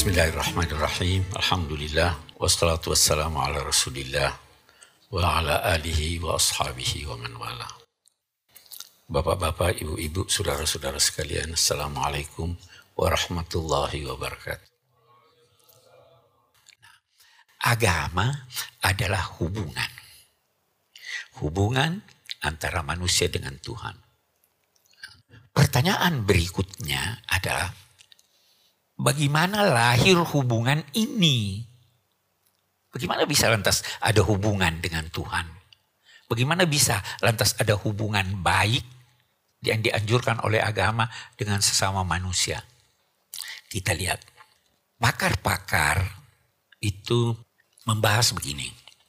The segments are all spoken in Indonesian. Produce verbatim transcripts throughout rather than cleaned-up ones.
Bismillahirrahmanirrahim. Alhamdulillah. Wassalatu wassalamu ala rasulillah. Wa ala alihi wa ashabihi wa man wala. Bapak-bapak, ibu-ibu, saudara-saudara sekalian. Assalamualaikum warahmatullahi wabarakatuh. Agama adalah hubungan. Hubungan antara manusia dengan Tuhan. Pertanyaan berikutnya adalah, bagaimana lahir hubungan ini? Bagaimana bisa lantas ada hubungan dengan Tuhan? Bagaimana bisa lantas ada hubungan baik yang dianjurkan oleh agama dengan sesama manusia? Kita lihat, pakar-pakar itu membahas begini.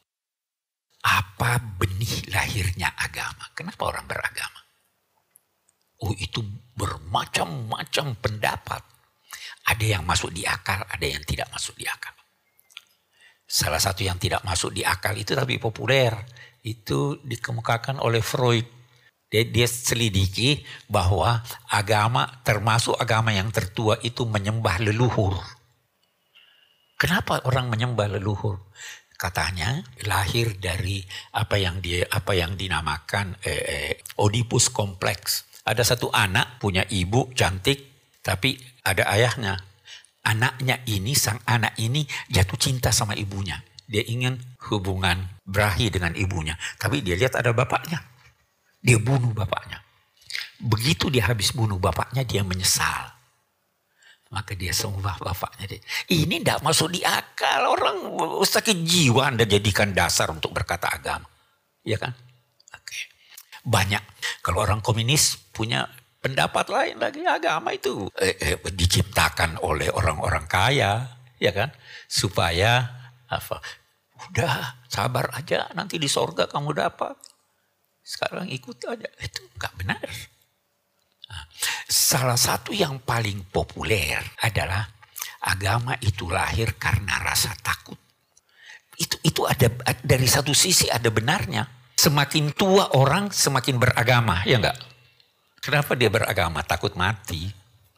Apa benih lahirnya agama? Kenapa orang beragama? Oh, itu bermacam-macam pendapat. Ada yang masuk di akal, ada yang tidak masuk di akal. Salah satu yang tidak masuk di akal itu tapi populer. Itu dikemukakan oleh Freud. Dia, dia selidiki bahwa agama, termasuk agama yang tertua itu menyembah leluhur. Kenapa orang menyembah leluhur? Katanya lahir dari apa yang dia apa yang dinamakan eh, eh, Oedipus kompleks. Ada satu anak punya ibu cantik, tapi ada ayahnya. Anaknya ini, sang anak ini jatuh cinta sama ibunya. Dia ingin hubungan berahi dengan ibunya. Tapi dia lihat ada bapaknya. Dia bunuh bapaknya. Begitu dia habis bunuh bapaknya, dia menyesal. Maka dia sembah bapaknya. Ini tidak masuk di akal. Orang sakit jiwa Anda jadikan dasar untuk berkata agama. Ya kan? Oke. Banyak. Kalau orang komunis punya pendapat lain lagi, agama itu eh, eh, diciptakan oleh orang-orang kaya, ya kan? Supaya apa? Udah sabar aja, nanti di sorga kamu dapat. Sekarang ikut aja, itu nggak benar. Nah, salah satu yang paling populer adalah agama itu lahir karena rasa takut. Itu itu ada dari satu sisi ada benarnya. Semakin tua orang semakin beragama, ya enggak? Kenapa dia beragama? Takut mati.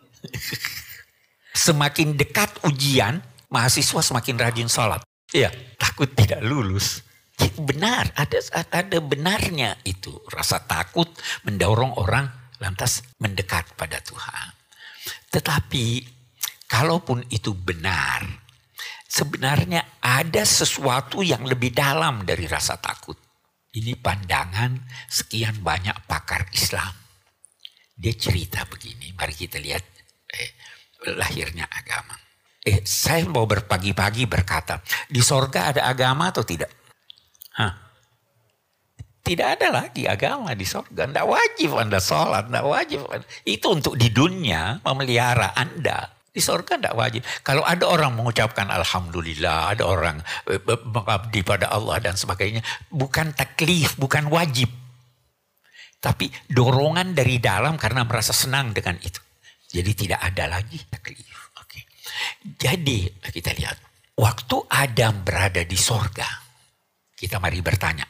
Semakin dekat ujian, mahasiswa semakin rajin sholat. Iya, takut tidak lulus. Benar, ada ada benarnya itu. Rasa takut mendorong orang lantas mendekat pada Tuhan. Tetapi, kalaupun itu benar, sebenarnya ada sesuatu yang lebih dalam dari rasa takut. Ini pandangan sekian banyak pakar Islam. Dia cerita begini, mari kita lihat eh, lahirnya agama. Eh, saya mau berpagi-pagi berkata, di sorga ada agama atau tidak? Hah? Tidak ada lagi agama di sorga. Tidak wajib Anda sholat, tidak wajib. Itu untuk di dunia memelihara Anda. Di sorga tidak wajib. Kalau ada orang mengucapkan Alhamdulillah, ada orang eh, mengabdi pada Allah dan sebagainya. Bukan taklif, bukan wajib. Tapi dorongan dari dalam karena merasa senang dengan itu. Jadi tidak ada lagi taklif. Oke. Jadi kita lihat. Waktu Adam berada di sorga. Kita mari bertanya.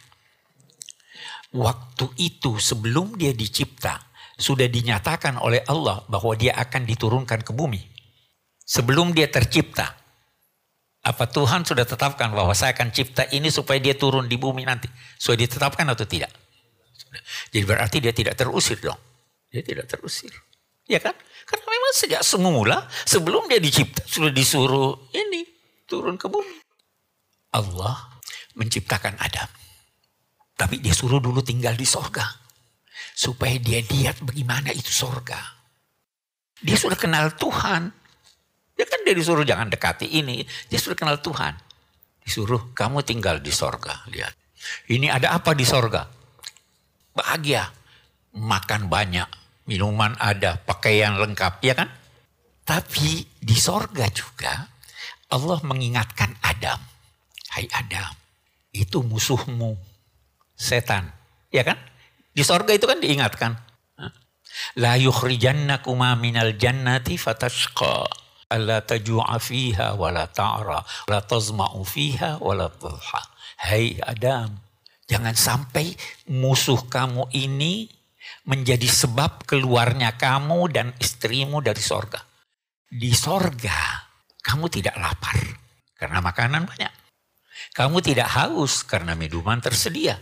Waktu itu sebelum dia dicipta. Sudah dinyatakan oleh Allah bahwa dia akan diturunkan ke bumi. Sebelum dia tercipta. Apa Tuhan sudah tetapkan bahwa saya akan cipta ini supaya dia turun di bumi nanti. Sudah ditetapkan atau tidak? Jadi berarti dia tidak terusir dong. Dia tidak terusir. Ya kan? Karena memang sejak semula sebelum dia dicipta sudah disuruh ini turun ke bumi. Allah menciptakan Adam. Tapi dia suruh dulu tinggal di sorga. Supaya dia lihat bagaimana itu sorga. Dia sudah kenal Tuhan. Dia kan dia disuruh jangan dekati ini. Dia sudah kenal Tuhan. Disuruh kamu tinggal di sorga. Lihat. Ini ada apa di sorga? Bahagia. Makan banyak. Minuman ada. Pakaian lengkap. Ya kan? Tapi di sorga juga. Allah mengingatkan Adam. Hai Adam. Itu musuhmu. Setan. Ya kan? Di sorga itu kan diingatkan. La yukhrijannakuma minal jannati fatashqa. Alla taju'a fiha wa la ta'ra. La tazma'u fiha wa la tadha. Hai Adam. Jangan sampai musuh kamu ini menjadi sebab keluarnya kamu dan istrimu dari sorga. Di sorga Kamu tidak lapar karena makanan banyak. Kamu tidak haus karena minuman tersedia.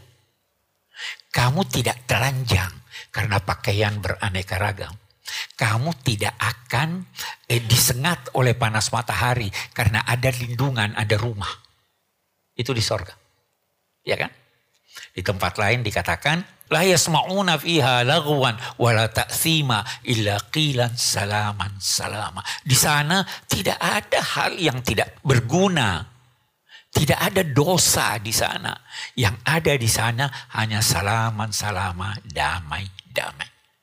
Kamu tidak telanjang karena pakaian beraneka ragam. Kamu tidak akan eh, disengat oleh panas matahari karena ada lindungan, ada rumah. Itu di sorga. Ya kan? Di tempat lain dikatakan, la yasma'una fiha lagwan wala ta'thima illa qilan salaman salama. Di sana tidak ada hal yang tidak berguna. Tidak ada dosa di sana. Yang ada di sana hanya salaman salama, damai damai.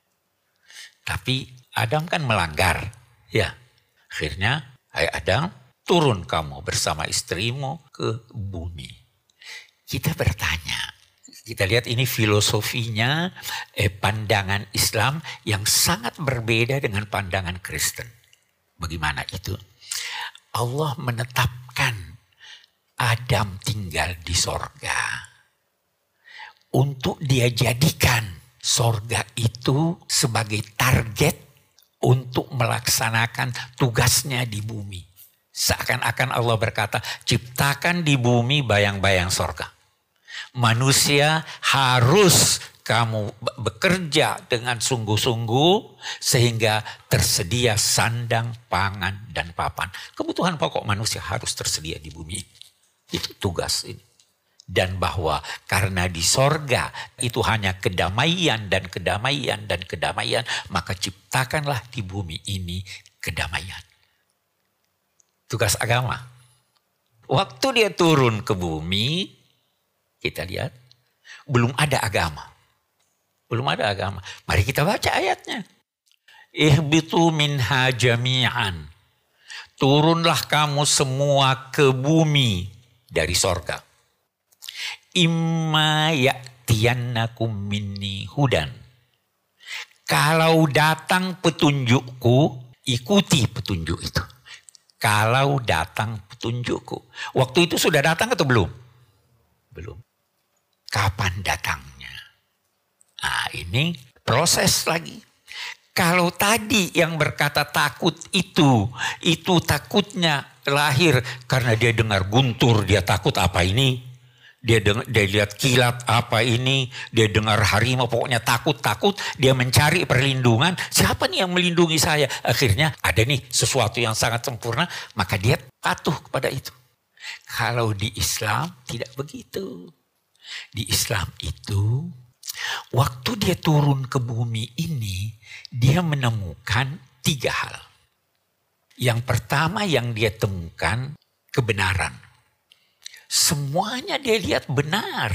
Tapi Adam kan melanggar. Ya. Akhirnya, hai Adam, turun kamu bersama istrimu ke bumi. Kita bertanya. Kita lihat ini filosofinya eh, pandangan Islam yang sangat berbeda dengan pandangan Kristen. Bagaimana itu? Allah menetapkan Adam tinggal di sorga. Untuk dia jadikan sorga itu sebagai target untuk melaksanakan tugasnya di bumi. Seakan-akan Allah berkata, ciptakan di bumi bayang-bayang sorga. Manusia harus kamu bekerja dengan sungguh-sungguh sehingga tersedia sandang, pangan, dan papan. Kebutuhan pokok manusia harus tersedia di bumi. Itu tugas ini. Dan bahwa karena di sorga itu hanya kedamaian dan kedamaian dan kedamaian, maka ciptakanlah di bumi ini kedamaian. Tugas agama. Waktu dia turun ke bumi, kita lihat, belum ada agama. Belum ada agama. Mari kita baca ayatnya. Ihbitu minha jami'an. Turunlah kamu semua ke bumi dari sorga. Imma ya'tiyannakum minni hudan. Kalau datang petunjukku, ikuti petunjuk itu. Kalau datang petunjukku. Waktu itu sudah datang atau belum? Belum. Kapan datangnya? Nah ini proses lagi. Kalau tadi yang berkata takut itu, itu takutnya lahir karena dia dengar guntur, dia takut apa ini? Dia dengar, dia lihat kilat apa ini? Dia dengar harimau, pokoknya takut-takut. Dia mencari perlindungan. Siapa nih yang melindungi saya? Akhirnya ada nih sesuatu yang sangat sempurna, maka dia patuh kepada itu. Kalau di Islam tidak begitu. Di Islam itu, waktu dia turun ke bumi ini, dia menemukan tiga hal. Yang pertama yang dia temukan, kebenaran. Semuanya dia lihat benar.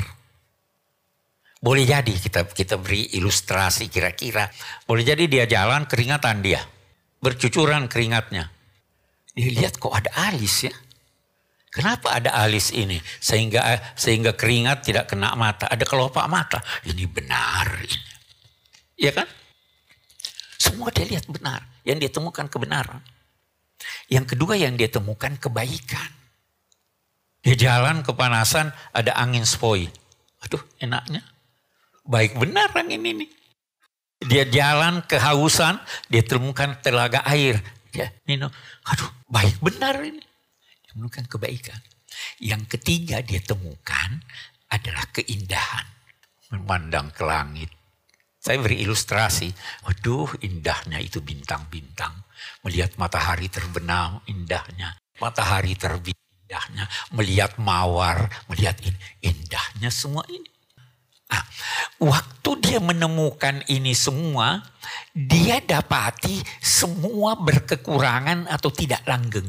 Boleh jadi kita kita beri ilustrasi kira-kira. Boleh jadi dia jalan keringatan dia. Bercucuran keringatnya. Dia lihat kok ada alis ya. Kenapa ada alis ini? Sehingga sehingga keringat tidak kena mata. Ada kelopak mata. Ini benar. Ini. Ya kan? Semua dia lihat benar. Yang dia temukan kebenaran. Yang kedua yang dia temukan kebaikan. Dia jalan kepanasan ada angin sepoi. Aduh enaknya. Baik benar angin ini. Dia jalan kehausan. Dia temukan telaga air. Dia minum. Aduh baik benar ini. Menemukan kebaikan. Yang ketiga dia temukan adalah keindahan. Memandang ke langit. Saya beri ilustrasi. Waduh indahnya itu bintang-bintang. Melihat matahari terbenam indahnya. Matahari terbit indahnya. Melihat mawar. Melihat ini. Indahnya semua ini. Nah, waktu dia menemukan ini semua. Dia dapati semua berkekurangan atau tidak langgeng.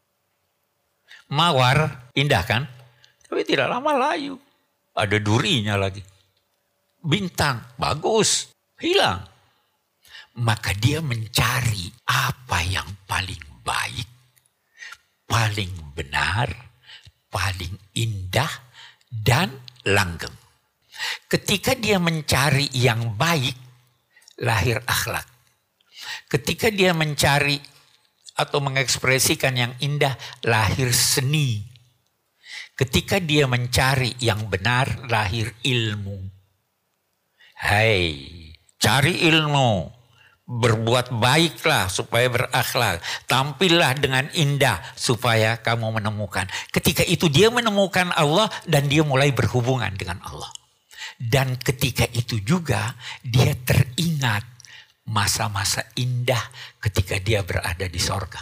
Mawar indah kan? Tapi tidak lama layu. Ada durinya lagi. Bintang bagus. Hilang. Maka dia mencari apa yang paling baik. Paling benar. Paling indah. Dan langgeng. Ketika dia mencari yang baik. Lahir akhlak. Ketika dia mencari atau mengekspresikan yang indah, lahir seni. Ketika dia mencari yang benar, lahir ilmu. Hai, cari ilmu. Berbuat baiklah supaya berakhlak. Tampillah dengan indah supaya kamu menemukan. Ketika itu dia menemukan Allah dan dia mulai berhubungan dengan Allah. Dan ketika itu juga dia teringat masa-masa indah ketika dia berada di sorga.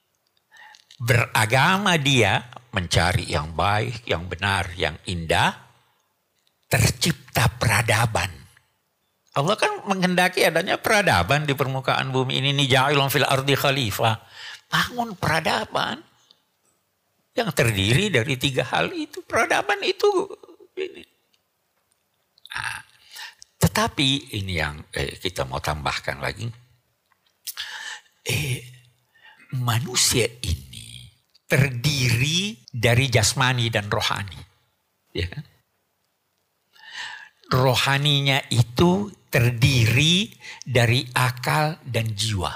Beragama dia mencari yang baik, yang benar, yang indah. Tercipta peradaban. Allah kan menghendaki adanya peradaban di permukaan bumi ini. Ni ja'ilun fil ardi khalifah. Bangun peradaban. Yang terdiri dari tiga hal itu. Peradaban itu. Ini. Nah, tetapi ini yang eh, kita mau tambahkan lagi. Eh, manusia ini terdiri dari jasmani dan rohani. Ya kan? Rohaninya itu terdiri dari akal dan jiwa.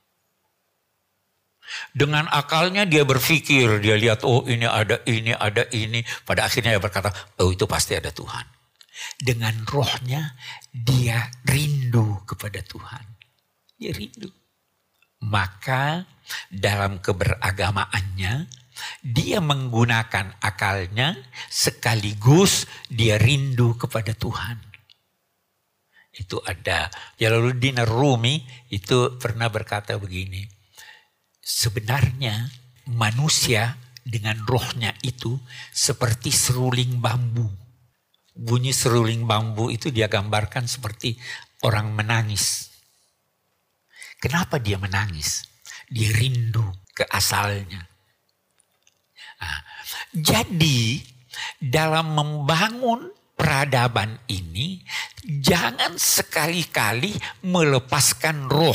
Dengan akalnya dia berpikir, dia lihat oh ini ada ini, ada ini. Pada akhirnya dia berkata, oh itu pasti ada Tuhan. Dengan rohnya dia rindu kepada Tuhan. Dia rindu. Maka dalam keberagamaannya dia menggunakan akalnya sekaligus dia rindu kepada Tuhan. Itu ada Jalaluddin Ar-Rumi itu pernah berkata begini. Sebenarnya manusia dengan rohnya itu seperti seruling bambu. Bunyi seruling bambu itu dia gambarkan seperti orang menangis. Kenapa dia menangis? Dia rindu ke asalnya. Nah, jadi dalam membangun peradaban ini jangan sekali-kali melepaskan roh.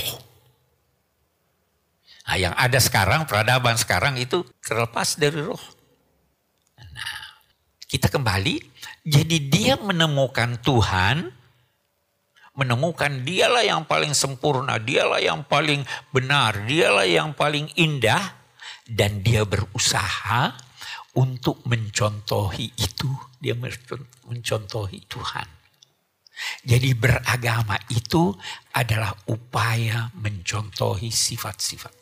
Nah, yang ada sekarang peradaban sekarang itu terlepas dari roh. Nah, kita kembali, jadi dia menemukan Tuhan, menemukan dialah yang paling sempurna, dialah yang paling benar, dialah yang paling indah. Dan dia berusaha untuk mencontohi itu. Dia mencontohi Tuhan. Jadi beragama itu adalah upaya mencontohi sifat-sifat